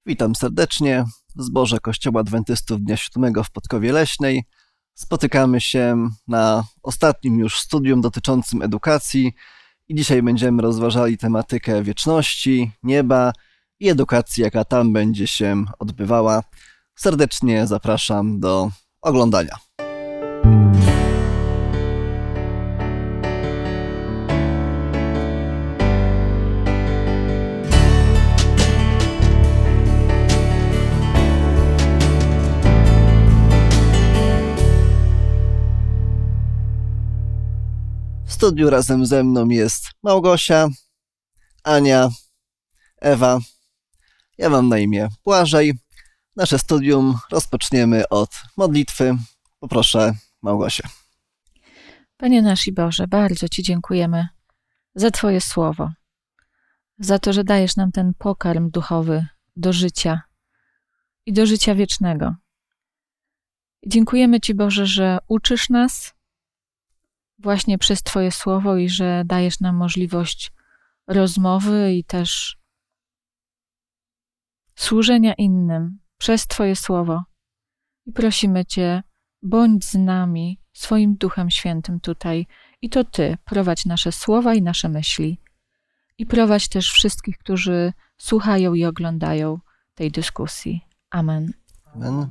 Witam serdecznie w zborze Kościoła Adwentystów Dnia Siódmego w Podkowie Leśnej. Spotykamy się na ostatnim już studium dotyczącym edukacji i dzisiaj będziemy rozważali tematykę wieczności, nieba i edukacji, jaka tam będzie się odbywała. Serdecznie zapraszam do oglądania. W studiu razem ze mną jest Małgosia, Ania, Ewa. Ja mam na imię Błażej. Nasze studium rozpoczniemy od modlitwy. Poproszę Małgosię. Panie nasz i Boże, bardzo Ci dziękujemy za Twoje słowo, za to, że dajesz nam ten pokarm duchowy do życia i do życia wiecznego. Dziękujemy Ci, Boże, że uczysz nas właśnie przez Twoje słowo i że dajesz nam możliwość rozmowy i też służenia innym przez Twoje słowo. I prosimy Cię, bądź z nami swoim Duchem Świętym tutaj i to Ty prowadź nasze słowa i nasze myśli. I prowadź też wszystkich, którzy słuchają i oglądają tej dyskusji. Amen. Amen.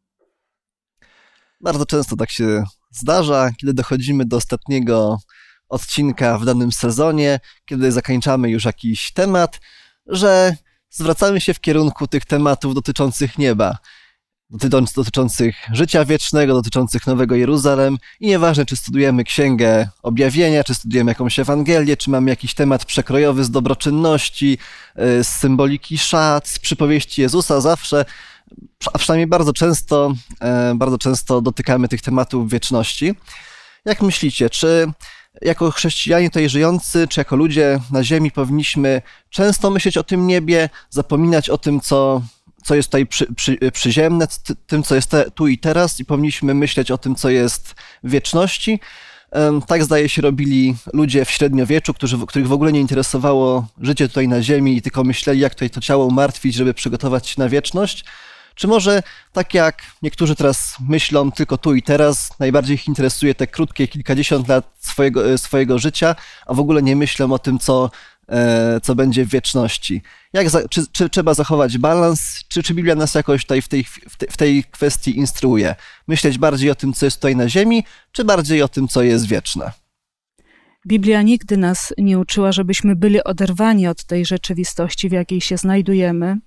Bardzo często tak się zdarza, kiedy dochodzimy do ostatniego odcinka w danym sezonie, kiedy zakończamy już jakiś temat, że zwracamy się w kierunku tych tematów dotyczących nieba, dotyczących życia wiecznego, dotyczących Nowego Jeruzalem i nieważne, czy studujemy Księgę Objawienia, czy studujemy jakąś Ewangelię, czy mamy jakiś temat przekrojowy z dobroczynności, z symboliki szat, z przypowieści Jezusa, zawsze, a przynajmniej bardzo często dotykamy tych tematów wieczności. Jak myślicie, czy jako chrześcijanie tutaj żyjący, czy jako ludzie na ziemi powinniśmy często myśleć o tym niebie, zapominać o tym, co jest tutaj przyziemne, tym, co jest tu i teraz i powinniśmy myśleć o tym, co jest w wieczności? Tak zdaje się robili ludzie w średniowieczu, których w ogóle nie interesowało życie tutaj na ziemi i tylko myśleli, jak tutaj to ciało umartwić, żeby przygotować się na wieczność. Czy może tak jak niektórzy teraz myślą tylko tu i teraz, najbardziej ich interesuje te krótkie kilkadziesiąt lat swojego życia, a w ogóle nie myślą o tym, co będzie w wieczności. Czy trzeba zachować balans, czy Biblia nas jakoś tutaj w tej kwestii instruuje? Myśleć bardziej o tym, co jest tutaj na ziemi, czy bardziej o tym, co jest wieczne? Biblia nigdy nas nie uczyła, żebyśmy byli oderwani od tej rzeczywistości, w jakiej się znajdujemy.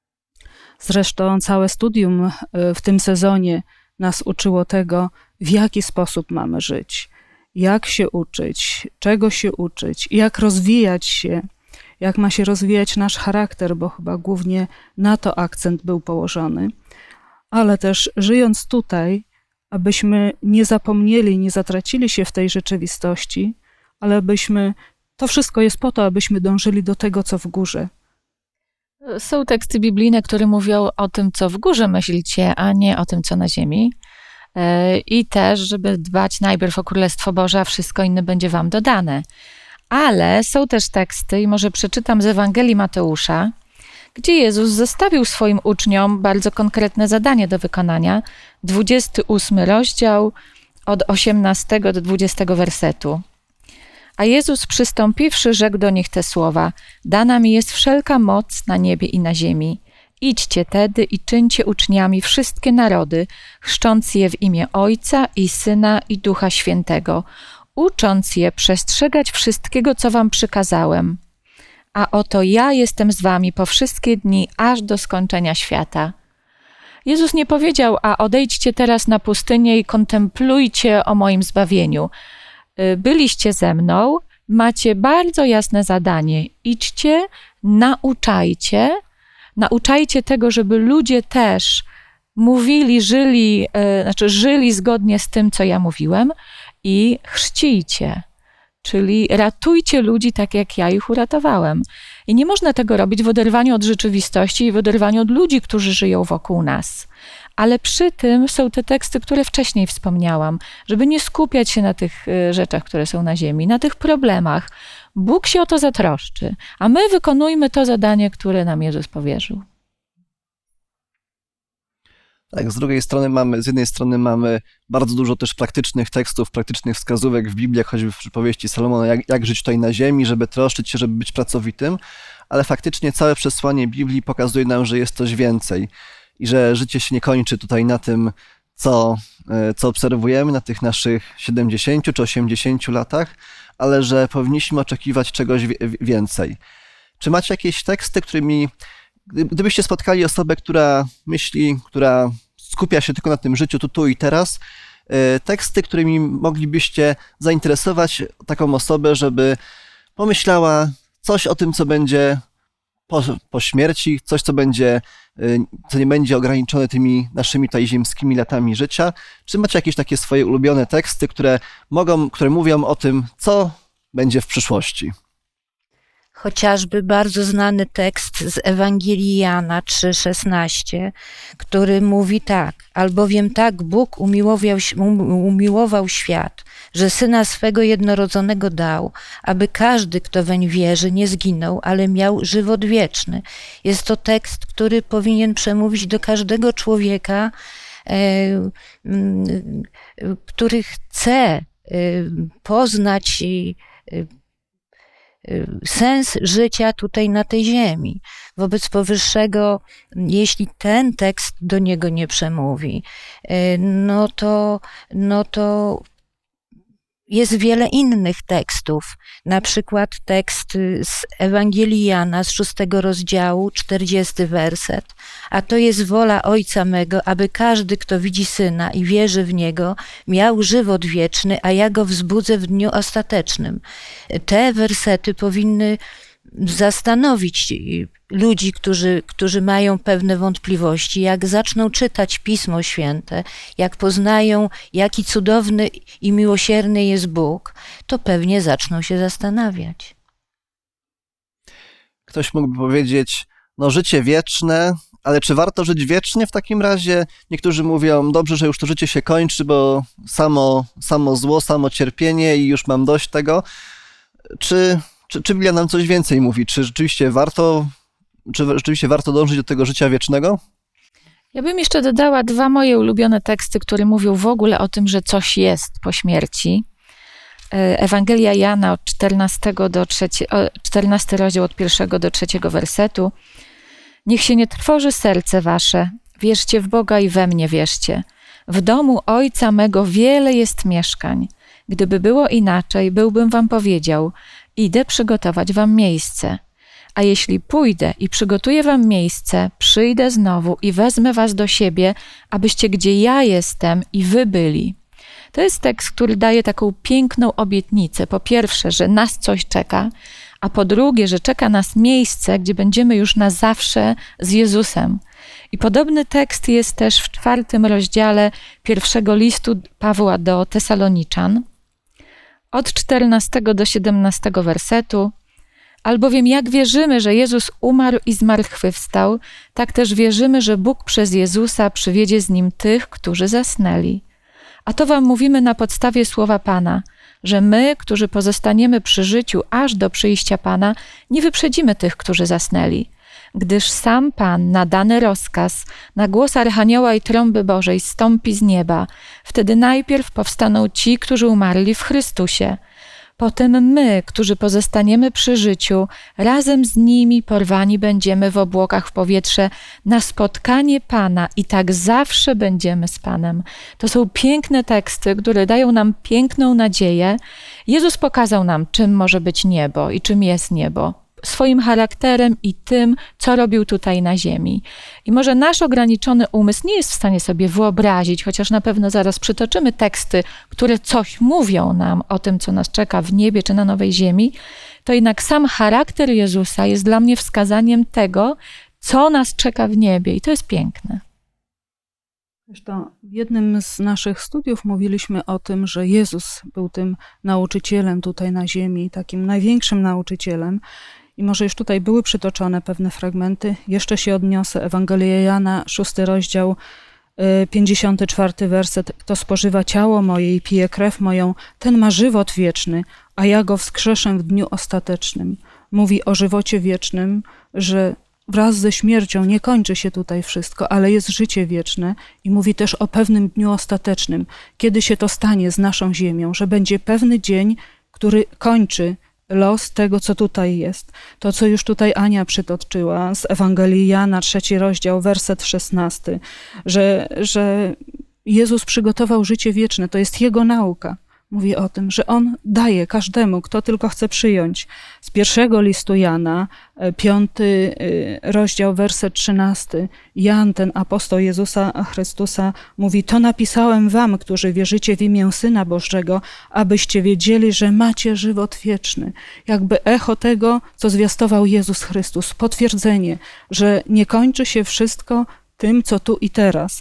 Zresztą całe studium w tym sezonie nas uczyło tego, w jaki sposób mamy żyć, jak się uczyć, czego się uczyć, jak rozwijać się, jak ma się rozwijać nasz charakter, bo chyba głównie na to akcent był położony, ale też żyjąc tutaj, abyśmy nie zapomnieli, nie zatracili się w tej rzeczywistości, ale to wszystko jest po to, abyśmy dążyli do tego, co w górze. Są teksty biblijne, które mówią o tym, co w górze myślicie, a nie o tym, co na ziemi. I też, żeby dbać najpierw o Królestwo Boże, a wszystko inne będzie wam dodane. Ale są też teksty, i może przeczytam z Ewangelii Mateusza, gdzie Jezus zostawił swoim uczniom bardzo konkretne zadanie do wykonania. 28 rozdział od 18 do 20 wersetu. A Jezus przystąpiwszy, rzekł do nich te słowa: Dana mi jest wszelka moc na niebie i na ziemi. Idźcie tedy i czyńcie uczniami wszystkie narody, chrzcząc je w imię Ojca i Syna i Ducha Świętego, ucząc je przestrzegać wszystkiego, co wam przykazałem. A oto ja jestem z wami po wszystkie dni, aż do skończenia świata. Jezus nie powiedział: a odejdźcie teraz na pustynię i kontemplujcie o moim zbawieniu. Byliście ze mną, macie bardzo jasne zadanie. Idźcie, nauczajcie tego, żeby ludzie też mówili, żyli zgodnie z tym, co ja mówiłem, i chrzcijcie, czyli ratujcie ludzi tak, jak ja ich uratowałem. I nie można tego robić w oderwaniu od rzeczywistości i w oderwaniu od ludzi, którzy żyją wokół nas. Ale przy tym są te teksty, które wcześniej wspomniałam, żeby nie skupiać się na tych rzeczach, które są na ziemi, na tych problemach. Bóg się o to zatroszczy, a my wykonujmy to zadanie, które nam Jezus powierzył. Tak, z jednej strony mamy bardzo dużo też praktycznych tekstów, praktycznych wskazówek w Biblii, jak choćby w przypowieści Salomona, jak żyć tutaj na ziemi, żeby troszczyć się, żeby być pracowitym, ale faktycznie całe przesłanie Biblii pokazuje nam, że jest coś więcej i że życie się nie kończy tutaj na tym, co obserwujemy na tych naszych 70 czy 80 latach, ale że powinniśmy oczekiwać czegoś więcej. Czy macie jakieś teksty, którymi, gdybyście spotkali osobę, która skupia się tylko na tym życiu tu i teraz, teksty, którymi moglibyście zainteresować taką osobę, żeby pomyślała coś o tym, co będzie po śmierci, coś, co nie będzie ograniczone tymi naszymi tutaj ziemskimi latami życia? Czy macie jakieś takie swoje ulubione teksty, które mówią o tym, co będzie w przyszłości? Chociażby bardzo znany tekst z Ewangelii Jana 3,16, który mówi tak: albowiem tak Bóg umiłował świat, że Syna swego jednorodzonego dał, aby każdy, kto weń wierzy, nie zginął, ale miał żywot wieczny. Jest to tekst, który powinien przemówić do każdego człowieka, który chce poznać sens życia tutaj na tej ziemi. Wobec powyższego, jeśli ten tekst do niego nie przemówi, no to jest wiele innych tekstów, na przykład tekst z Ewangelii Jana z 6 rozdziału, 40 werset. A to jest wola Ojca mego, aby każdy, kto widzi Syna i wierzy w Niego, miał żywot wieczny, a ja go wzbudzę w dniu ostatecznym. Te wersety powinny zastanowić ludzi, którzy mają pewne wątpliwości, jak zaczną czytać Pismo Święte, jak poznają, jaki cudowny i miłosierny jest Bóg, to pewnie zaczną się zastanawiać. Ktoś mógłby powiedzieć, życie wieczne, ale czy warto żyć wiecznie w takim razie? Niektórzy mówią, dobrze, że już to życie się kończy, bo samo zło, samo cierpienie i już mam dość tego. Czy Biblia nam coś więcej mówi? Czy rzeczywiście warto dążyć do tego życia wiecznego? Ja bym jeszcze dodała 2 moje ulubione teksty, które mówią w ogóle o tym, że coś jest po śmierci. Ewangelia Jana od 14 rozdział od 1 do 3 wersetu. Niech się nie trwoży serce wasze, wierzcie w Boga i we mnie wierzcie. W domu Ojca mego wiele jest mieszkań. Gdyby było inaczej, byłbym wam powiedział, idę przygotować wam miejsce. A jeśli pójdę i przygotuję wam miejsce, przyjdę znowu i wezmę was do siebie, abyście gdzie ja jestem i wy byli. To jest tekst, który daje taką piękną obietnicę. Po pierwsze, że nas coś czeka, a po drugie, że czeka nas miejsce, gdzie będziemy już na zawsze z Jezusem. I podobny tekst jest też w 4 rozdziale 1 listu Pawła do Tesaloniczan, od 14 do 17 wersetu. Albowiem jak wierzymy, że Jezus umarł i zmartwychwstał, tak też wierzymy, że Bóg przez Jezusa przywiedzie z Nim tych, którzy zasnęli. A to wam mówimy na podstawie słowa Pana, że my, którzy pozostaniemy przy życiu aż do przyjścia Pana, nie wyprzedzimy tych, którzy zasnęli. Gdyż sam Pan na dany rozkaz, na głos Archanioła i trąby Bożej zstąpi z nieba. Wtedy najpierw powstaną ci, którzy umarli w Chrystusie. Potem my, którzy pozostaniemy przy życiu, razem z nimi porwani będziemy w obłokach w powietrze na spotkanie Pana i tak zawsze będziemy z Panem. To są piękne teksty, które dają nam piękną nadzieję. Jezus pokazał nam, czym może być niebo i czym jest niebo. Swoim charakterem i tym, co robił tutaj na ziemi. I może nasz ograniczony umysł nie jest w stanie sobie wyobrazić, chociaż na pewno zaraz przytoczymy teksty, które coś mówią nam o tym, co nas czeka w niebie czy na nowej ziemi, to jednak sam charakter Jezusa jest dla mnie wskazaniem tego, co nas czeka w niebie i to jest piękne. Zresztą w jednym z naszych studiów mówiliśmy o tym, że Jezus był tym nauczycielem tutaj na ziemi, takim największym nauczycielem. I może już tutaj były przytoczone pewne fragmenty. Jeszcze się odniosę. Ewangelia Jana, 6 rozdział, 54 werset. Kto spożywa ciało moje i pije krew moją, ten ma żywot wieczny, a ja go wskrzeszę w dniu ostatecznym. Mówi o żywocie wiecznym, że wraz ze śmiercią nie kończy się tutaj wszystko, ale jest życie wieczne i mówi też o pewnym dniu ostatecznym, kiedy się to stanie z naszą ziemią, że będzie pewny dzień, który kończy los tego, co tutaj jest. To, co już tutaj Ania przytoczyła z Ewangelii Jana, 3 rozdział, werset 16, że Jezus przygotował życie wieczne, to jest Jego nauka. Mówi o tym, że On daje każdemu, kto tylko chce przyjąć. Z 1 listu Jana, 5 rozdział, werset 13, Jan, ten apostoł Jezusa Chrystusa, mówi: to napisałem wam, którzy wierzycie w imię Syna Bożego, abyście wiedzieli, że macie żywot wieczny. Jakby echo tego, co zwiastował Jezus Chrystus. Potwierdzenie, że nie kończy się wszystko tym, co tu i teraz.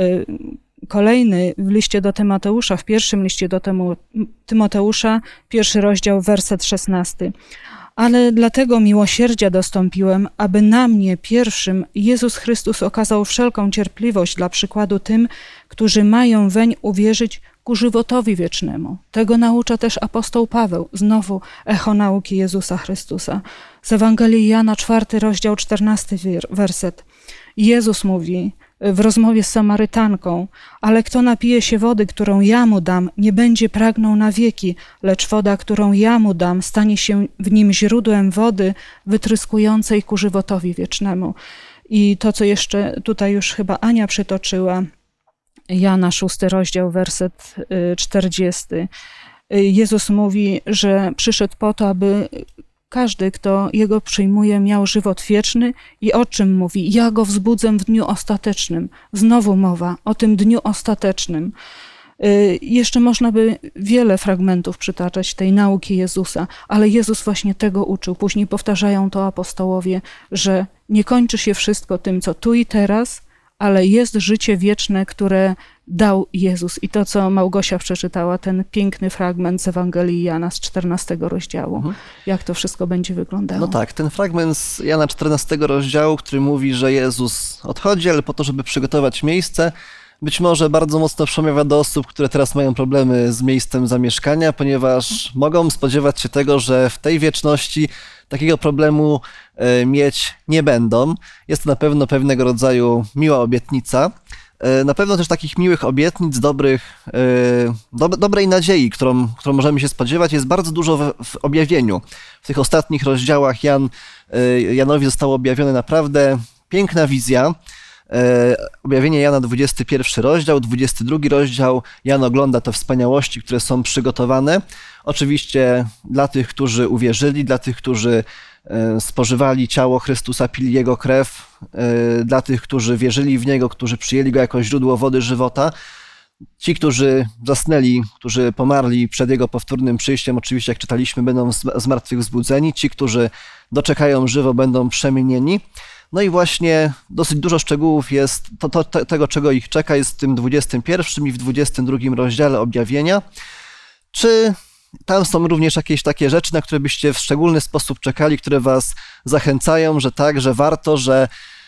Kolejny w liście do Tymoteusza, w pierwszym liście do Tymoteusza, 1 rozdział, werset 16. Ale dlatego miłosierdzia dostąpiłem, aby na mnie pierwszym Jezus Chrystus okazał wszelką cierpliwość dla przykładu tym, którzy mają weń uwierzyć ku żywotowi wiecznemu. Tego naucza też apostoł Paweł, znowu echo nauki Jezusa Chrystusa. Z Ewangelii Jana, 4 rozdział, 14 werset. Jezus mówi w rozmowie z Samarytanką: ale kto napije się wody, którą ja mu dam, nie będzie pragnął na wieki, lecz woda, którą ja mu dam, stanie się w nim źródłem wody wytryskującej ku żywotowi wiecznemu. I to, co jeszcze tutaj już chyba Ania przytoczyła, Jana 6 rozdział, werset 40. Jezus mówi, że przyszedł po to, aby każdy, kto Jego przyjmuje, miał żywot wieczny. I o czym mówi? Ja go wzbudzę w dniu ostatecznym. Znowu mowa o tym dniu ostatecznym. Jeszcze można by wiele fragmentów przytaczać tej nauki Jezusa, ale Jezus właśnie tego uczył. Później powtarzają to apostołowie, że nie kończy się wszystko tym, co tu i teraz, ale jest życie wieczne, które dał Jezus. I to, co Małgosia przeczytała, ten piękny fragment z Ewangelii Jana z 14 rozdziału. Jak to wszystko będzie wyglądało? No tak, ten fragment z Jana 14 rozdziału, który mówi, że Jezus odchodzi, ale po to, żeby przygotować miejsce, być może bardzo mocno przemawia do osób, które teraz mają problemy z miejscem zamieszkania, ponieważ mogą spodziewać się tego, że w tej wieczności takiego problemu mieć nie będą. Jest to na pewno pewnego rodzaju miła obietnica. Na pewno też takich miłych obietnic, dobrej nadziei, którą możemy się spodziewać, jest bardzo dużo w objawieniu. W tych ostatnich rozdziałach Janowi zostało objawione naprawdę piękna wizja. Objawienie Jana, 21 rozdział, 22 rozdział. Jan ogląda te wspaniałości, które są przygotowane. Oczywiście dla tych, którzy uwierzyli, dla tych, którzy spożywali ciało Chrystusa, pili Jego krew, dla tych, którzy wierzyli w Niego, którzy przyjęli Go jako źródło wody żywota. Ci, którzy zasnęli, którzy pomarli przed Jego powtórnym przyjściem, oczywiście, jak czytaliśmy, będą zmartwychwzbudzeni. Ci, którzy doczekają żywo, będą przemienieni. No i właśnie dosyć dużo szczegółów jest, tego, czego ich czeka, jest w tym 21 i w 22 rozdziale objawienia. Czy tam są również jakieś takie rzeczy, na które byście w szczególny sposób czekali, które was zachęcają, że tak, że warto, że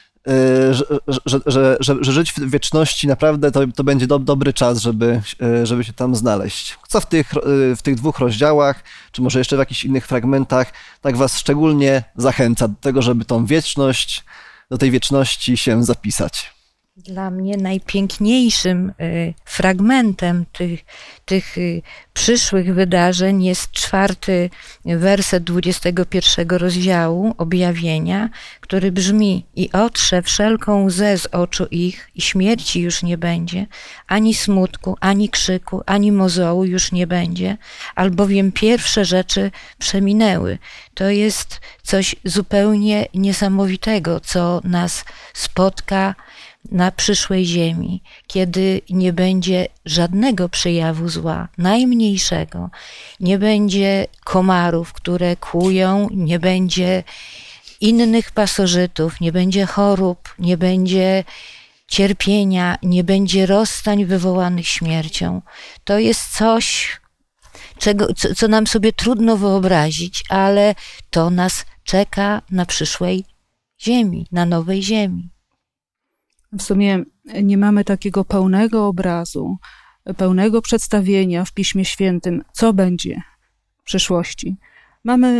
żyć w wieczności naprawdę to będzie dobry czas, żeby się tam znaleźć. Co w tych 2 rozdziałach, czy może jeszcze w jakichś innych fragmentach, tak was szczególnie zachęca do tego, żeby do tej wieczności się zapisać? Dla mnie najpiękniejszym fragmentem tych przyszłych wydarzeń jest 4 werset 21 rozdziału objawienia, który brzmi: i otrze wszelką łzę z oczu ich i śmierci już nie będzie, ani smutku, ani krzyku, ani mozołu już nie będzie, albowiem pierwsze rzeczy przeminęły. To jest coś zupełnie niesamowitego, co nas spotka na przyszłej ziemi, kiedy nie będzie żadnego przejawu zła, najmniejszego. Nie będzie komarów, które kłują, nie będzie innych pasożytów, nie będzie chorób, nie będzie cierpienia, nie będzie rozstań wywołanych śmiercią. To jest coś, co nam sobie trudno wyobrazić, ale to nas czeka na przyszłej ziemi, na nowej ziemi. W sumie nie mamy takiego pełnego obrazu, pełnego przedstawienia w Piśmie Świętym, co będzie w przyszłości. Mamy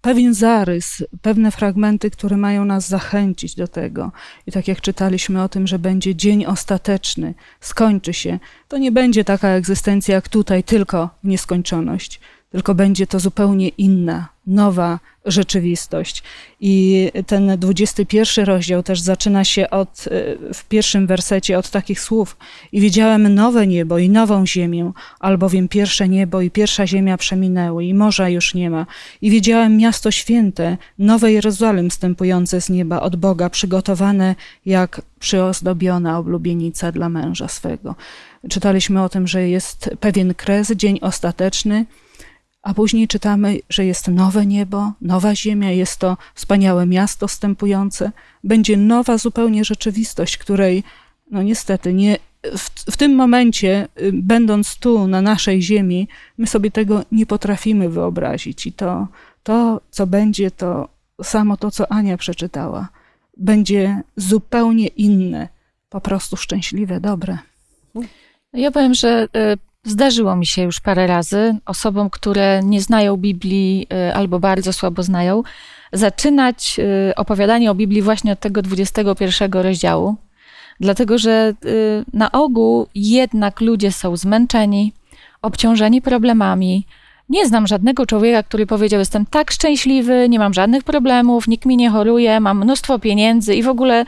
pewien zarys, pewne fragmenty, które mają nas zachęcić do tego. I tak jak czytaliśmy o tym, że będzie dzień ostateczny, skończy się, to nie będzie taka egzystencja jak tutaj, tylko w nieskończoność, tylko będzie to zupełnie inna, nowa rzeczywistość. I ten 21 rozdział też zaczyna się w pierwszym wersecie od takich słów: i widziałem nowe niebo i nową ziemię, albowiem pierwsze niebo i pierwsza ziemia przeminęły i morza już nie ma. I widziałem miasto święte, nowe Jeruzalem zstępujące z nieba od Boga, przygotowane jak przyozdobiona oblubienica dla męża swego. Czytaliśmy o tym, że jest pewien kres, dzień ostateczny, a później czytamy, że jest nowe niebo, nowa ziemia, jest to wspaniałe miasto wstępujące. Będzie nowa zupełnie rzeczywistość, której no niestety w tym momencie, będąc tu na naszej ziemi, my sobie tego nie potrafimy wyobrazić. I to co będzie, to samo to, co Ania przeczytała, będzie zupełnie inne, po prostu szczęśliwe, dobre. Ja powiem, że zdarzyło mi się już parę razy osobom, które nie znają Biblii albo bardzo słabo znają, zaczynać opowiadanie o Biblii właśnie od tego 21 rozdziału, dlatego że na ogół jednak ludzie są zmęczeni, obciążeni problemami. Nie znam żadnego człowieka, który powiedział: jestem tak szczęśliwy, nie mam żadnych problemów, nikt mi nie choruje, mam mnóstwo pieniędzy i w ogóle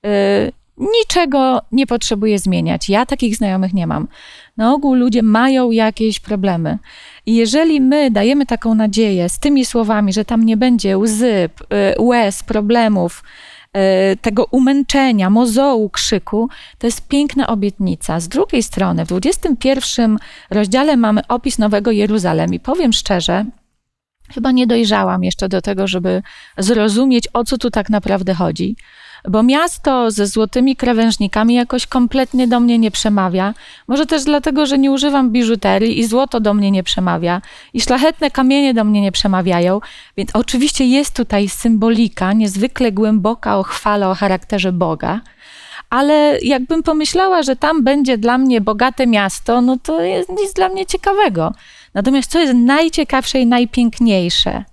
niczego nie potrzebuję zmieniać. Ja takich znajomych nie mam. Na ogół ludzie mają jakieś problemy. I jeżeli my dajemy taką nadzieję z tymi słowami, że tam nie będzie łez, problemów, tego umęczenia, mozołu, krzyku, to jest piękna obietnica. Z drugiej strony w 21 rozdziale mamy opis Nowego Jeruzalem i powiem szczerze, chyba nie dojrzałam jeszcze do tego, żeby zrozumieć, o co tu tak naprawdę chodzi. Bo miasto ze złotymi krawężnikami jakoś kompletnie do mnie nie przemawia. Może też dlatego, że nie używam biżuterii i złoto do mnie nie przemawia i szlachetne kamienie do mnie nie przemawiają, więc oczywiście jest tutaj symbolika niezwykle głęboka o chwale, o charakterze Boga, ale jakbym pomyślała, że tam będzie dla mnie bogate miasto, no to jest nic dla mnie ciekawego. Natomiast co jest najciekawsze i najpiękniejsze?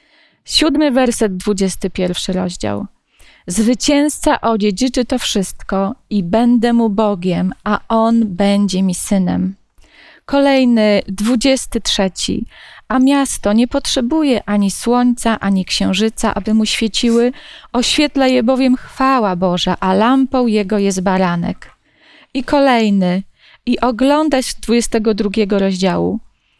7 werset, 21 rozdział. Zwycięzca odziedziczy to wszystko i będę mu Bogiem, a on będzie mi synem. Kolejny, 23. A miasto nie potrzebuje ani słońca, ani księżyca, aby mu świeciły, oświetla je bowiem chwała Boża, a lampą jego jest baranek. I kolejny, i oglądać z 22 rozdziału.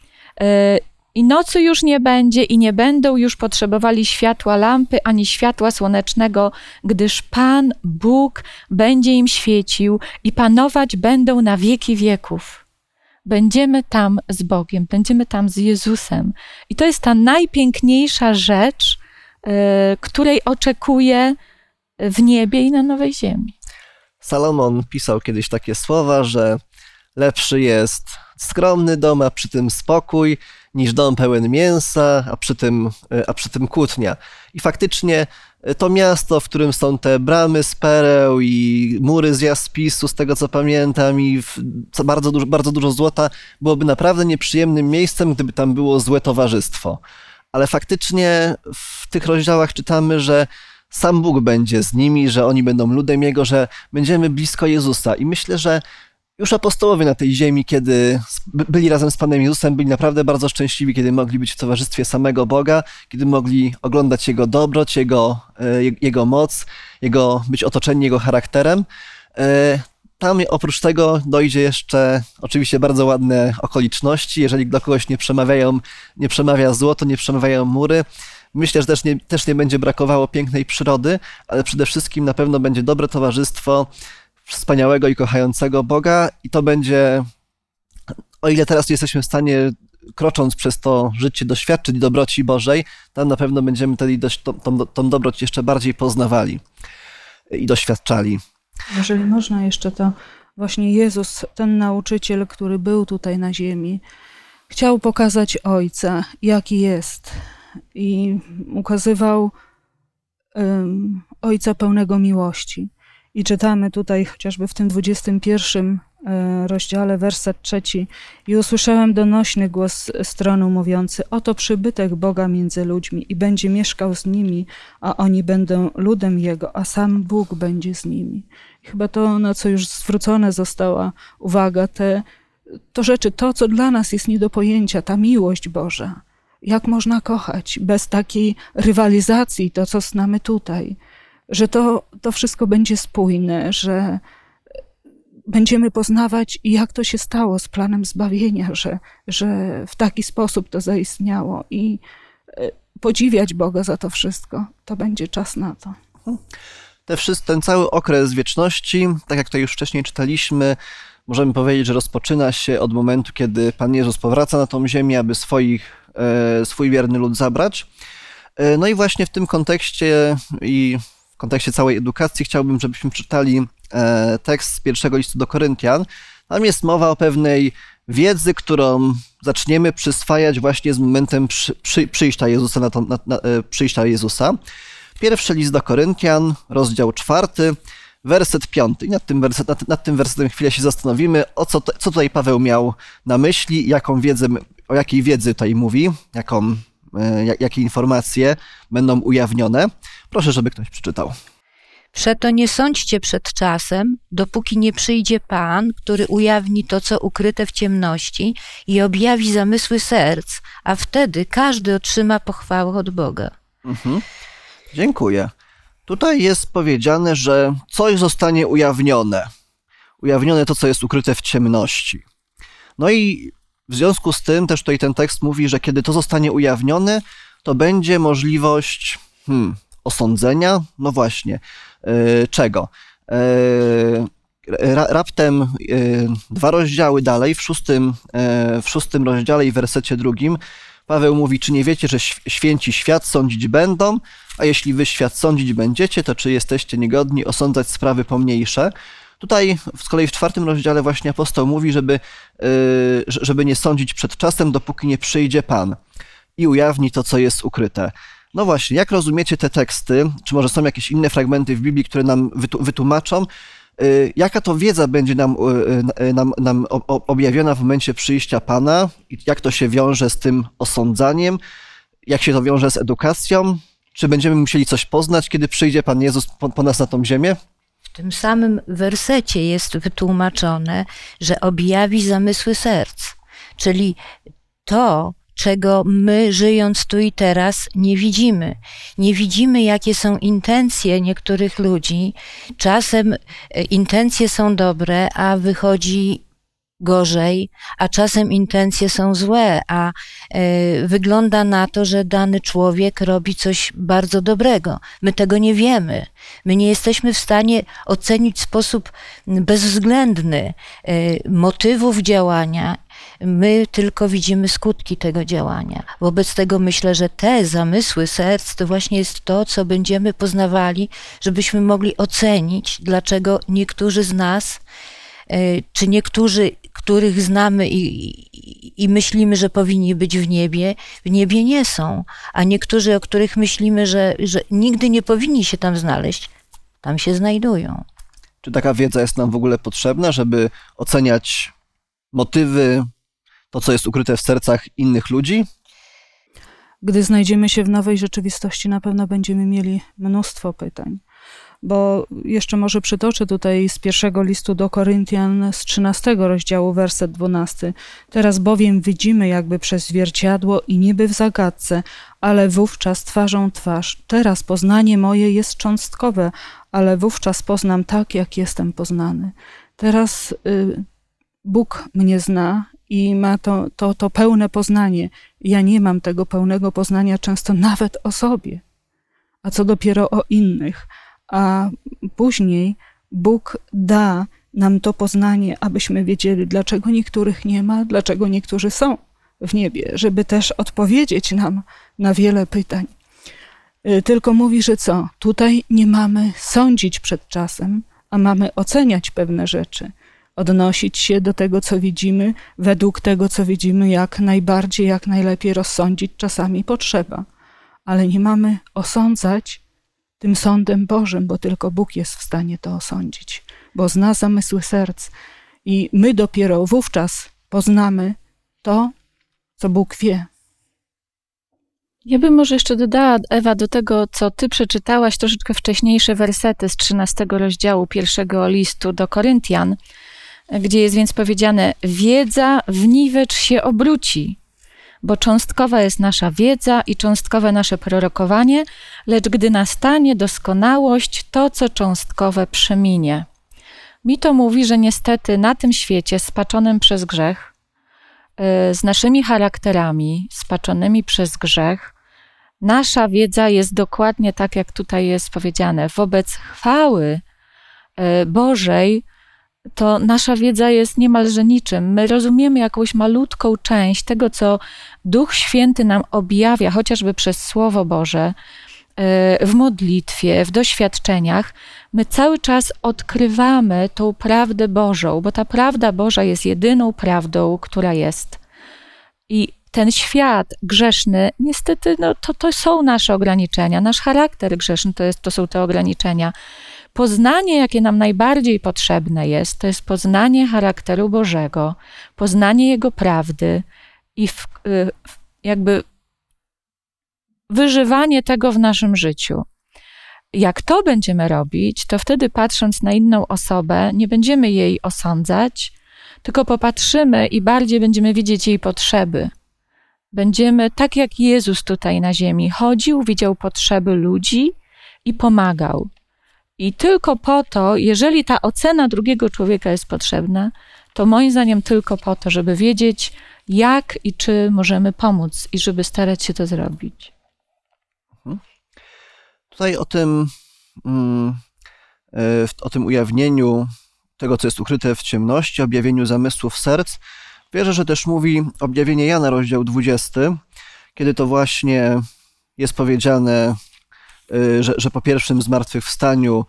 I nocy już nie będzie i nie będą już potrzebowali światła lampy ani światła słonecznego, gdyż Pan Bóg będzie im świecił i panować będą na wieki wieków. Będziemy tam z Bogiem, będziemy tam z Jezusem. I to jest ta najpiękniejsza rzecz, której oczekuję w niebie i na nowej ziemi. Salomon pisał kiedyś takie słowa, że lepszy jest skromny dom, a przy tym spokój, niż dom pełen mięsa, a przy tym kłótnia. I faktycznie to miasto, w którym są te bramy z pereł i mury z jaspisu, z tego co pamiętam, i bardzo dużo złota, byłoby naprawdę nieprzyjemnym miejscem, gdyby tam było złe towarzystwo. Ale faktycznie w tych rozdziałach czytamy, że sam Bóg będzie z nimi, że oni będą ludem Jego, że będziemy blisko Jezusa. I myślę, że już apostołowie na tej ziemi, kiedy byli razem z Panem Jezusem, byli naprawdę bardzo szczęśliwi, kiedy mogli być w towarzystwie samego Boga, kiedy mogli oglądać Jego dobroć, Jego moc, być otoczeni Jego charakterem. Tam oprócz tego dojdzie jeszcze oczywiście bardzo ładne okoliczności. Jeżeli dla kogoś nie przemawia złoto, nie przemawiają mury, myślę, że też nie będzie brakowało pięknej przyrody, ale przede wszystkim na pewno będzie dobre towarzystwo wspaniałego i kochającego Boga i to będzie, o ile teraz nie jesteśmy w stanie, krocząc przez to życie, doświadczyć dobroci Bożej, tam na pewno będziemy wtedy tą dobroć jeszcze bardziej poznawali i doświadczali. Jeżeli można jeszcze, to właśnie Jezus, ten nauczyciel, który był tutaj na ziemi, chciał pokazać Ojca, jaki jest, i ukazywał Ojca pełnego miłości. I czytamy tutaj chociażby w tym 21 rozdziale, werset 3. I usłyszałem donośny głos z tronu mówiący: oto przybytek Boga między ludźmi i będzie mieszkał z nimi, a oni będą ludem Jego, a sam Bóg będzie z nimi. I chyba to, na co już zwrócona została uwaga, to rzeczy, to, co dla nas jest nie do pojęcia, ta miłość Boża. Jak można kochać bez takiej rywalizacji, to co znamy tutaj, że to wszystko będzie spójne, że będziemy poznawać, jak to się stało z planem zbawienia, że w taki sposób to zaistniało i podziwiać Boga za to wszystko. To będzie czas na to. Ten cały okres wieczności, tak jak to już wcześniej czytaliśmy, możemy powiedzieć, że rozpoczyna się od momentu, kiedy Pan Jezus powraca na tą ziemię, aby swój wierny lud zabrać. No i właśnie w tym kontekście i w kontekście całej edukacji chciałbym, żebyśmy czytali tekst z pierwszego listu do Koryntian. Tam jest mowa o pewnej wiedzy, którą zaczniemy przyswajać właśnie z momentem przyjścia Jezusa przyjścia Jezusa. Pierwszy list do Koryntian, rozdział 4, werset 5. I nad tym wersetem chwilę się zastanowimy, co tutaj Paweł miał na myśli, o jakiej wiedzy tutaj mówi, jakie informacje będą ujawnione. Proszę, żeby ktoś przeczytał. Przeto nie sądźcie przed czasem, dopóki nie przyjdzie Pan, który ujawni to, co ukryte w ciemności i objawi zamysły serc, a wtedy każdy otrzyma pochwałę od Boga. Dziękuję. Tutaj jest powiedziane, że coś zostanie ujawnione. Ujawnione to, co jest ukryte w ciemności. No i w związku z tym też tutaj ten tekst mówi, że kiedy to zostanie ujawnione, to będzie możliwość osądzenia. No właśnie. Czego? Raptem 2 rozdziały dalej, w 6 rozdziale i w wersecie 2 Paweł mówi: czy nie wiecie, że święci świat sądzić będą, a jeśli wy świat sądzić będziecie, to czy jesteście niegodni osądzać sprawy pomniejsze? Tutaj z kolei w 4 rozdziale właśnie apostoł mówi, żeby nie sądzić przed czasem, dopóki nie przyjdzie Pan i ujawni to, co jest ukryte. No właśnie, jak rozumiecie te teksty? Czy może są jakieś inne fragmenty w Biblii, które nam wytłumaczą, jaka to wiedza będzie nam objawiona w momencie przyjścia Pana i jak to się wiąże z tym osądzaniem, jak się to wiąże z edukacją? Czy będziemy musieli coś poznać, kiedy przyjdzie Pan Jezus po nas na tą ziemię? W tym samym wersecie jest wytłumaczone, że objawi zamysły serc, czyli to, czego my, żyjąc tu i teraz, nie widzimy. Nie widzimy, jakie są intencje niektórych ludzi. Czasem intencje są dobre, a wychodzi gorzej, a czasem intencje są złe, a wygląda na to, że dany człowiek robi coś bardzo dobrego. My tego nie wiemy. My nie jesteśmy w stanie ocenić w sposób bezwzględny motywów działania. My tylko widzimy skutki tego działania. Wobec tego myślę, że te zamysły serc to właśnie jest to, co będziemy poznawali, żebyśmy mogli ocenić, dlaczego niektórzy z nas, czy niektórzy, których znamy i myślimy, że powinni być w niebie nie są, a niektórzy, o których myślimy, że nigdy nie powinni się tam znaleźć, tam się znajdują. Czy taka wiedza jest nam w ogóle potrzebna, żeby oceniać motywy, to, co jest ukryte w sercach innych ludzi? Gdy znajdziemy się w nowej rzeczywistości, na pewno będziemy mieli mnóstwo pytań. Bo jeszcze może przytoczę tutaj z pierwszego listu do Koryntian z 13 rozdziału, werset 12. Teraz bowiem widzimy jakby przez zwierciadło i niby w zagadce, ale wówczas twarzą twarz. Teraz poznanie moje jest cząstkowe, ale wówczas poznam tak, jak jestem poznany. Teraz Bóg mnie zna i ma to pełne poznanie. Ja nie mam tego pełnego poznania często nawet o sobie, a co dopiero o innych. A później Bóg da nam to poznanie, abyśmy wiedzieli, dlaczego niektórych nie ma, dlaczego niektórzy są w niebie, żeby też odpowiedzieć nam na wiele pytań. Tylko mówi, że co? Tutaj nie mamy sądzić przed czasem, a mamy oceniać pewne rzeczy, odnosić się do tego, co widzimy, według tego, co widzimy, jak najbardziej, jak najlepiej rozsądzić czasami potrzeba. Ale nie mamy osądzać tym sądem Bożym, bo tylko Bóg jest w stanie to osądzić, bo zna zamysły serc i my dopiero wówczas poznamy to, co Bóg wie. Ja bym może jeszcze dodała, Ewa, do tego, co ty przeczytałaś, troszeczkę wcześniejsze wersety z 13 rozdziału pierwszego listu do Koryntian, gdzie jest więc powiedziane: wiedza w niwecz się obróci, bo cząstkowa jest nasza wiedza i cząstkowe nasze prorokowanie, lecz gdy nastanie doskonałość, to, co cząstkowe, przeminie. Mi to mówi, że niestety na tym świecie spaczonym przez grzech, z naszymi charakterami spaczonymi przez grzech, nasza wiedza jest dokładnie tak, jak tutaj jest powiedziane. Wobec chwały Bożej to nasza wiedza jest niemalże niczym. My rozumiemy jakąś malutką część tego, co Duch Święty nam objawia, chociażby przez Słowo Boże, w modlitwie, w doświadczeniach. My cały czas odkrywamy tą prawdę Bożą, bo ta prawda Boża jest jedyną prawdą, która jest. I ten świat grzeszny, niestety, to są nasze ograniczenia. Nasz charakter grzeszny to są te ograniczenia. Poznanie, jakie nam najbardziej potrzebne jest, to jest poznanie charakteru Bożego, poznanie Jego prawdy i jakby wyżywanie tego w naszym życiu. Jak to będziemy robić, to wtedy patrząc na inną osobę, nie będziemy jej osądzać, tylko popatrzymy i bardziej będziemy widzieć jej potrzeby. Będziemy, tak jak Jezus tutaj na ziemi, chodził, widział potrzeby ludzi i pomagał. I tylko po to, jeżeli ta ocena drugiego człowieka jest potrzebna, to moim zdaniem tylko po to, żeby wiedzieć, jak i czy możemy pomóc i żeby starać się to zrobić. Tutaj o tym ujawnieniu tego, co jest ukryte w ciemności, objawieniu zamysłów serc, wierzę, że też mówi objawienie Jana, rozdział 20, kiedy to właśnie jest powiedziane, że po pierwszym zmartwychwstaniu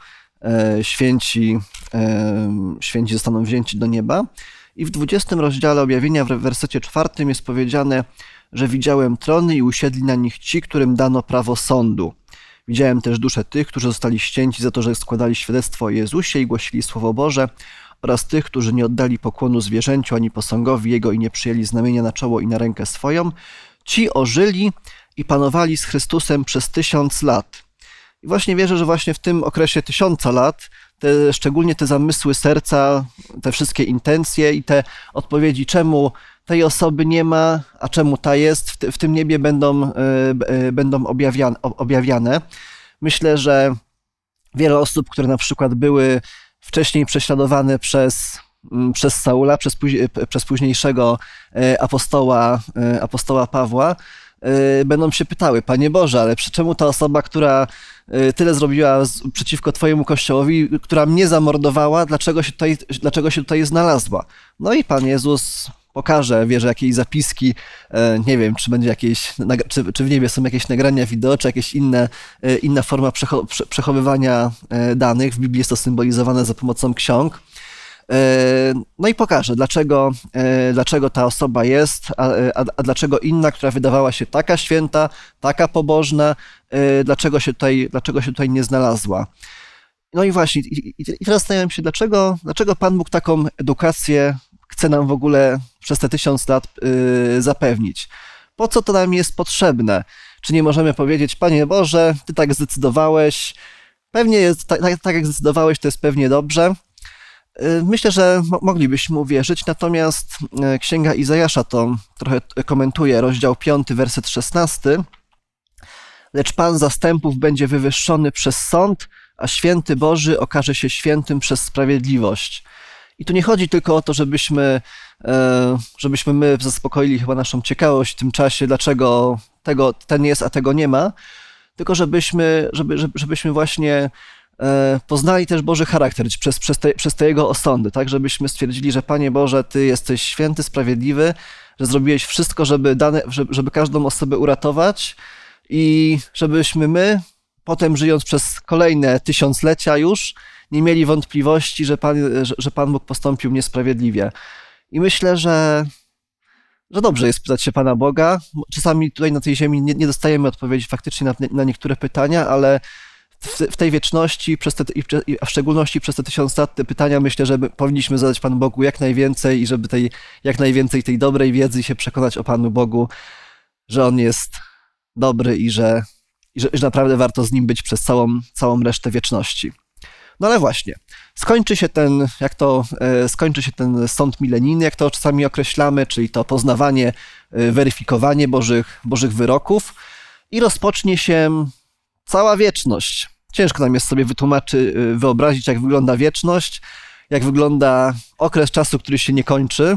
święci zostaną wzięci do nieba. I w 20 rozdziale objawienia w wersecie 4 jest powiedziane, że widziałem trony i usiedli na nich ci, którym dano prawo sądu. Widziałem też dusze tych, którzy zostali ścięci za to, że składali świadectwo o Jezusie i głosili Słowo Boże, oraz tych, którzy nie oddali pokłonu zwierzęciu ani posągowi Jego i nie przyjęli znamienia na czoło i na rękę swoją. Ci ożyli i panowali z Chrystusem przez 1000 lat. I właśnie wierzę, że właśnie w tym okresie 1000 lat, szczególnie te zamysły serca, te wszystkie intencje i te odpowiedzi, czemu tej osoby nie ma, a czemu ta jest, w tym niebie będą objawiane. Myślę, że wiele osób, które na przykład były wcześniej prześladowane przez Saula, przez późniejszego apostoła Pawła, będą się pytały: Panie Boże, ale czemu ta osoba, która tyle zrobiła przeciwko Twojemu Kościołowi, która mnie zamordowała, dlaczego się tutaj znalazła? No i Pan Jezus pokaże, wierzę, jakieś zapiski, nie wiem, czy będzie czy w niebie są jakieś nagrania wideo, czy jakieś inna forma przechowywania danych. W Biblii jest to symbolizowane za pomocą ksiąg. No i pokaże, dlaczego ta osoba jest, a dlaczego inna, która wydawała się taka święta, taka pobożna, dlaczego się tutaj nie znalazła. No i właśnie, i teraz zastanawiam się, dlaczego Pan Bóg taką edukację chce nam w ogóle przez te 1000 lat zapewnić. Po co to nam jest potrzebne? Czy nie możemy powiedzieć: Panie Boże, Ty tak zdecydowałeś, pewnie jest, tak jak zdecydowałeś, to jest pewnie dobrze. Myślę, że moglibyśmy uwierzyć, natomiast Księga Izajasza to trochę komentuje, rozdział 5, werset 16. Lecz Pan zastępów będzie wywyższony przez sąd, a święty Boży okaże się świętym przez sprawiedliwość. I tu nie chodzi tylko o to, żebyśmy my zaspokoili chyba naszą ciekawość w tym czasie, dlaczego ten jest, a tego nie ma, tylko żebyśmy właśnie poznali też Boży charakter przez te Jego osądy, tak? Żebyśmy stwierdzili, że Panie Boże, Ty jesteś święty, sprawiedliwy, że zrobiłeś wszystko, żeby każdą osobę uratować i żebyśmy my, potem żyjąc przez kolejne tysiąclecia już, nie mieli wątpliwości, że Pan Bóg postąpił niesprawiedliwie. I myślę, że dobrze jest pytać się Pana Boga. Czasami tutaj na tej ziemi nie dostajemy odpowiedzi faktycznie na niektóre pytania, ale w tej wieczności, a w szczególności przez te 1000 lat, te pytania myślę, że powinniśmy zadać Panu Bogu jak najwięcej i żeby jak najwięcej tej dobrej wiedzy się przekonać o Panu Bogu, że On jest dobry i że naprawdę warto z Nim być przez całą resztę wieczności. No ale właśnie, skończy się ten sąd milenijny, jak to czasami określamy, czyli to poznawanie, weryfikowanie Bożych wyroków i rozpocznie się cała wieczność. Ciężko nam jest sobie wyobrazić, jak wygląda wieczność, jak wygląda okres czasu, który się nie kończy,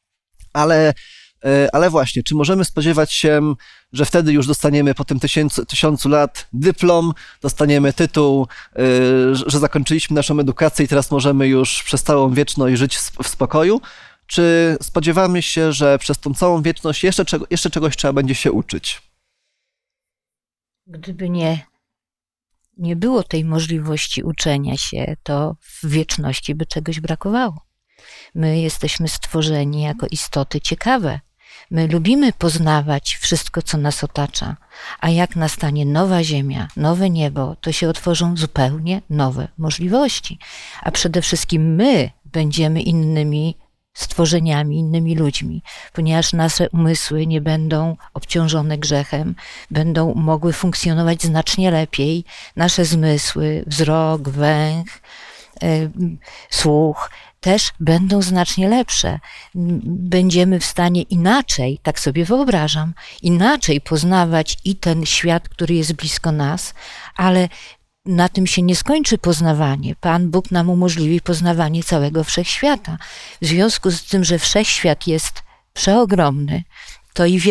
ale właśnie, czy możemy spodziewać się, że wtedy już dostaniemy po tym 1000 lat dyplom, dostaniemy tytuł, że zakończyliśmy naszą edukację i teraz możemy już przez całą wieczność żyć w spokoju? Czy spodziewamy się, że przez tą całą wieczność jeszcze czegoś trzeba będzie się uczyć? Gdyby nie było tej możliwości uczenia się, to w wieczności by czegoś brakowało. My jesteśmy stworzeni jako istoty ciekawe. My lubimy poznawać wszystko, co nas otacza, a jak nastanie nowa ziemia, nowe niebo, to się otworzą zupełnie nowe możliwości. A przede wszystkim my będziemy innymi stworzeniami, innymi ludźmi, ponieważ nasze umysły nie będą obciążone grzechem, będą mogły funkcjonować znacznie lepiej. Nasze zmysły, wzrok, węch, słuch też będą znacznie lepsze. Będziemy w stanie inaczej, tak sobie wyobrażam, inaczej poznawać i ten świat, który jest blisko nas, ale na tym się nie skończy poznawanie. Pan Bóg nam umożliwi poznawanie całego wszechświata. W związku z tym, że wszechświat jest przeogromny, to i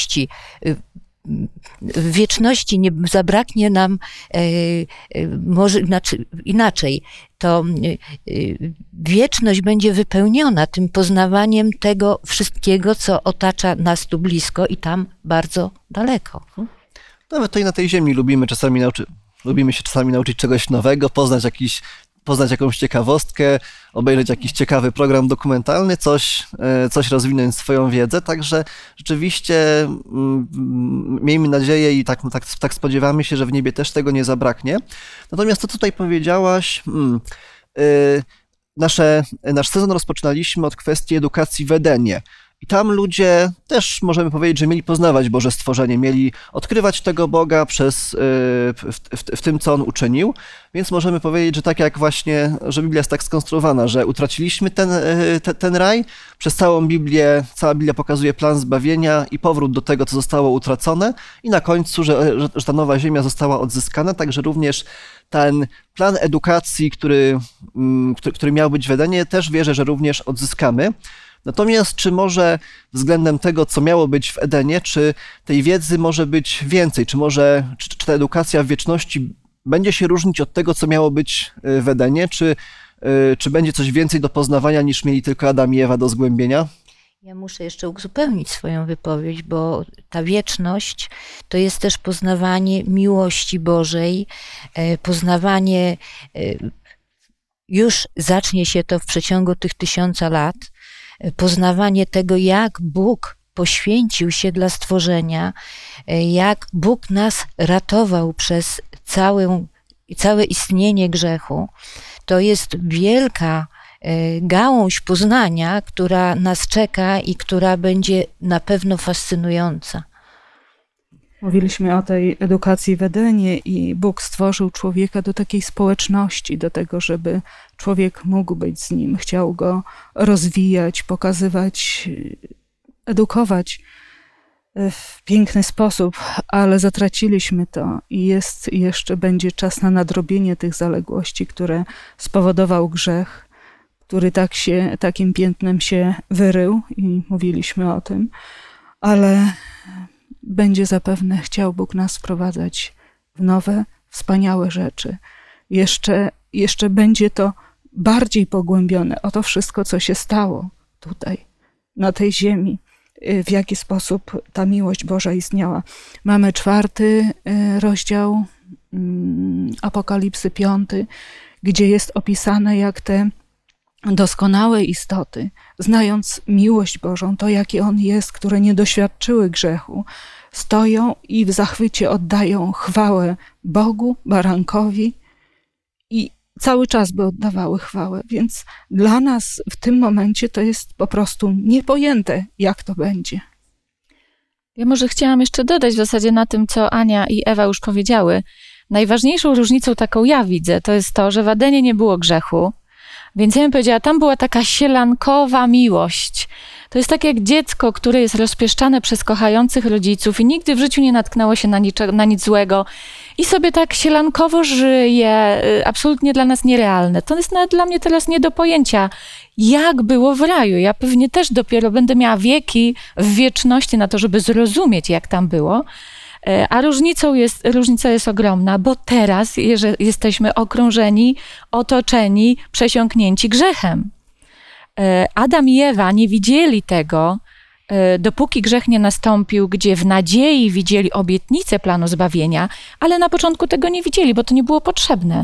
w wieczności nie zabraknie nam, inaczej, to wieczność będzie wypełniona tym poznawaniem tego wszystkiego, co otacza nas tu blisko i tam bardzo daleko. Nawet tutaj na tej ziemi lubimy się czasami nauczyć czegoś nowego, poznać jakąś ciekawostkę, obejrzeć jakiś ciekawy program dokumentalny, coś rozwinąć swoją wiedzę, także rzeczywiście miejmy nadzieję i tak spodziewamy się, że w niebie też tego nie zabraknie. Natomiast to, co tutaj powiedziałaś, nasz sezon rozpoczynaliśmy od kwestii edukacji w Edenie. I tam ludzie też, możemy powiedzieć, że mieli poznawać Boże stworzenie, mieli odkrywać tego Boga w tym, co On uczynił. Więc możemy powiedzieć, że tak jak właśnie, że Biblia jest tak skonstruowana, że utraciliśmy ten raj, przez cała Biblia pokazuje plan zbawienia i powrót do tego, co zostało utracone i na końcu, że ta nowa ziemia została odzyskana, także również ten plan edukacji, który miał być w Edenie, też wierzę, że również odzyskamy. Natomiast czy może względem tego, co miało być w Edenie, czy tej wiedzy może być więcej? Czy ta edukacja w wieczności będzie się różnić od tego, co miało być w Edenie? Czy będzie coś więcej do poznawania, niż mieli tylko Adam i Ewa do zgłębienia? Ja muszę jeszcze uzupełnić swoją wypowiedź, bo ta wieczność to jest też poznawanie miłości Bożej, poznawanie, już zacznie się to w przeciągu tych 1000 lat, poznawanie tego, jak Bóg poświęcił się dla stworzenia, jak Bóg nas ratował przez całe istnienie grzechu. To jest wielka gałąź poznania, która nas czeka i która będzie na pewno fascynująca. Mówiliśmy o tej edukacji w Edenie i Bóg stworzył człowieka do takiej społeczności, do tego, żeby człowiek mógł być z nim, chciał go rozwijać, pokazywać, edukować w piękny sposób, ale zatraciliśmy to i będzie czas na nadrobienie tych zaległości, które spowodował grzech, który takim piętnem się wyrył i mówiliśmy o tym, ale będzie zapewne chciał Bóg nas wprowadzać w nowe, wspaniałe rzeczy. Jeszcze będzie to bardziej pogłębione o to wszystko, co się stało tutaj, na tej ziemi, w jaki sposób ta miłość Boża istniała. Mamy 4 rozdział Apokalipsy 5, gdzie jest opisane, jak te doskonałe istoty, znając miłość Bożą, to jaki On jest, które nie doświadczyły grzechu, stoją i w zachwycie oddają chwałę Bogu, barankowi i cały czas by oddawały chwałę. Więc dla nas w tym momencie to jest po prostu niepojęte, jak to będzie. Ja może chciałam jeszcze dodać w zasadzie na tym, co Ania i Ewa już powiedziały. Najważniejszą różnicą, taką ja widzę, to jest to, że w Adenie nie było grzechu, więc ja bym powiedziała, tam była taka sielankowa miłość. To jest tak jak dziecko, które jest rozpieszczane przez kochających rodziców i nigdy w życiu nie natknęło się na nic złego i sobie tak sielankowo żyje, absolutnie dla nas nierealne. To jest nawet dla mnie teraz nie do pojęcia, jak było w raju. Ja pewnie też dopiero będę miała wieki w wieczności na to, żeby zrozumieć, jak tam było. A różnica jest ogromna, bo teraz jesteśmy okrążeni, otoczeni, przesiąknięci grzechem. Adam i Ewa nie widzieli tego, dopóki grzech nie nastąpił, gdzie w nadziei widzieli obietnicę planu zbawienia, ale na początku tego nie widzieli, bo to nie było potrzebne.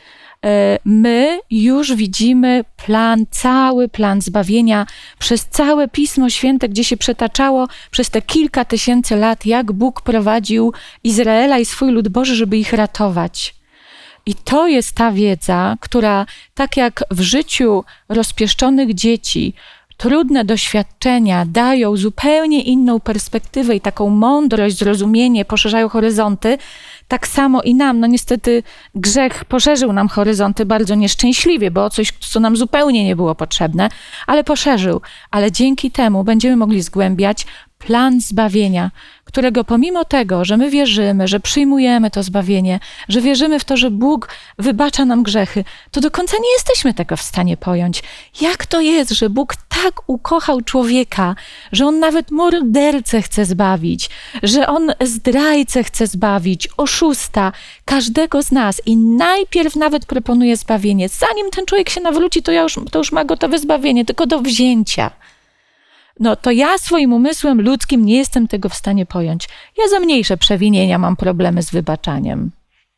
My już widzimy cały plan zbawienia przez całe Pismo Święte, gdzie się przetaczało przez te kilka tysięcy lat, jak Bóg prowadził Izraela i swój lud Boży, żeby ich ratować. I to jest ta wiedza, która tak jak w życiu rozpieszczonych dzieci trudne doświadczenia dają zupełnie inną perspektywę i taką mądrość, zrozumienie, poszerzają horyzonty, tak samo i nam. No niestety grzech poszerzył nam horyzonty bardzo nieszczęśliwie, bo o coś, co nam zupełnie nie było potrzebne, ale poszerzył. Ale dzięki temu będziemy mogli zgłębiać plan zbawienia, którego pomimo tego, że my wierzymy, że przyjmujemy to zbawienie, że wierzymy w to, że Bóg wybacza nam grzechy, to do końca nie jesteśmy tego w stanie pojąć. Jak to jest, że Bóg tak ukochał człowieka, że On nawet mordercę chce zbawić, że On zdrajcę chce zbawić, oszusta, każdego z nas i najpierw nawet proponuje zbawienie. Zanim ten człowiek się nawróci, to już ma gotowe zbawienie, tylko do wzięcia. No to ja swoim umysłem ludzkim nie jestem tego w stanie pojąć. Ja za mniejsze przewinienia mam problemy z wybaczaniem.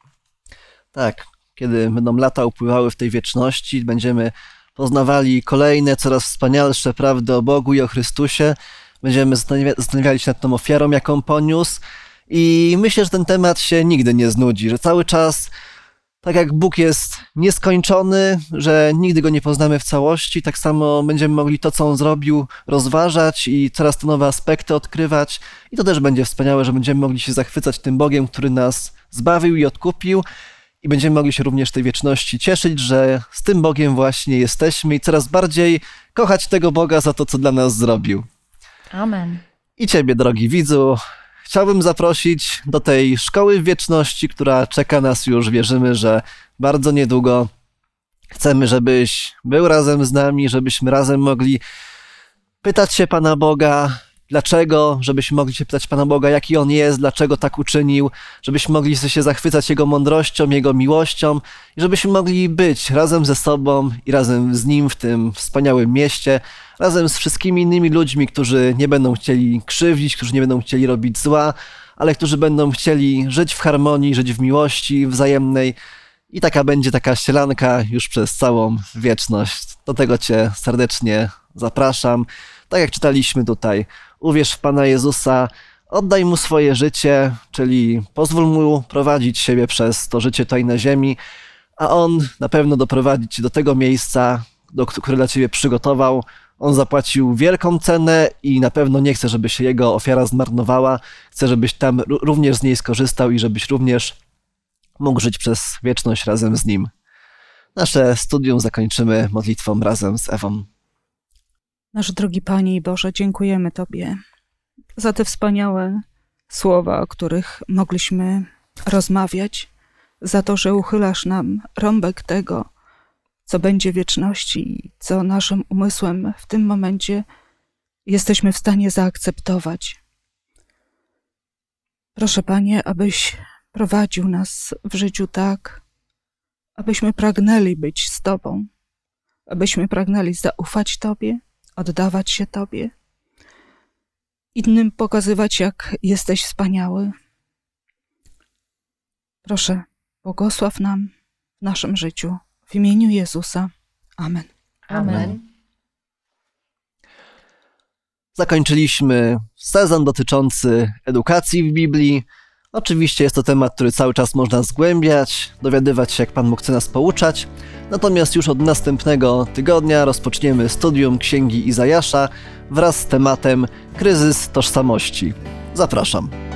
Tak, kiedy będą lata upływały w tej wieczności, będziemy poznawali kolejne, coraz wspanialsze prawdy o Bogu i o Chrystusie, będziemy zastanawiali się nad tą ofiarą, jaką poniósł i myślę, że ten temat się nigdy nie znudzi, że cały czas, tak jak Bóg jest nieskończony, że nigdy Go nie poznamy w całości, tak samo będziemy mogli to, co On zrobił, rozważać i coraz to nowe aspekty odkrywać. I to też będzie wspaniałe, że będziemy mogli się zachwycać tym Bogiem, który nas zbawił i odkupił i będziemy mogli się również w tej wieczności cieszyć, że z tym Bogiem właśnie jesteśmy i coraz bardziej kochać tego Boga za to, co dla nas zrobił. Amen. I Ciebie, drogi widzu, chciałbym zaprosić do tej szkoły w wieczności, która czeka nas już. Wierzymy, że bardzo niedługo. Chcemy, żebyś był razem z nami, żebyśmy razem mogli pytać się Pana Boga, dlaczego, żebyśmy mogli się pytać Pana Boga, jaki On jest, dlaczego tak uczynił, żebyśmy mogli się zachwycać Jego mądrością, Jego miłością i żebyśmy mogli być razem ze sobą i razem z Nim w tym wspaniałym mieście, razem z wszystkimi innymi ludźmi, którzy nie będą chcieli krzywdzić, którzy nie będą chcieli robić zła, ale którzy będą chcieli żyć w harmonii, żyć w miłości wzajemnej i taka będzie taka ścielanka już przez całą wieczność. Do tego Cię serdecznie zapraszam. Tak jak czytaliśmy tutaj, uwierz w Pana Jezusa, oddaj Mu swoje życie, czyli pozwól Mu prowadzić siebie przez to życie tutaj na ziemi, a On na pewno doprowadzi Cię do tego miejsca, które dla Ciebie przygotował. On zapłacił wielką cenę i na pewno nie chce, żeby się Jego ofiara zmarnowała. Chce, żebyś tam również z niej skorzystał i żebyś również mógł żyć przez wieczność razem z Nim. Nasze studium zakończymy modlitwą razem z Ewą. Nasz drogi Panie i Boże, dziękujemy Tobie za te wspaniałe słowa, o których mogliśmy rozmawiać, za to, że uchylasz nam rąbek tego, co będzie w wieczności, co naszym umysłem w tym momencie jesteśmy w stanie zaakceptować. Proszę Panie, abyś prowadził nas w życiu tak, abyśmy pragnęli być z Tobą, abyśmy pragnęli zaufać Tobie, oddawać się Tobie, innym pokazywać, jak jesteś wspaniały. Proszę, błogosław nam w naszym życiu. W imieniu Jezusa. Amen. Amen. zakończyliśmy sezon dotyczący edukacji w Biblii. Oczywiście jest to temat, który cały czas można zgłębiać, dowiadywać się, jak Pan Bóg chce nas pouczać. Natomiast już od następnego tygodnia rozpoczniemy studium Księgi Izajasza wraz z tematem Kryzys tożsamości. Zapraszam.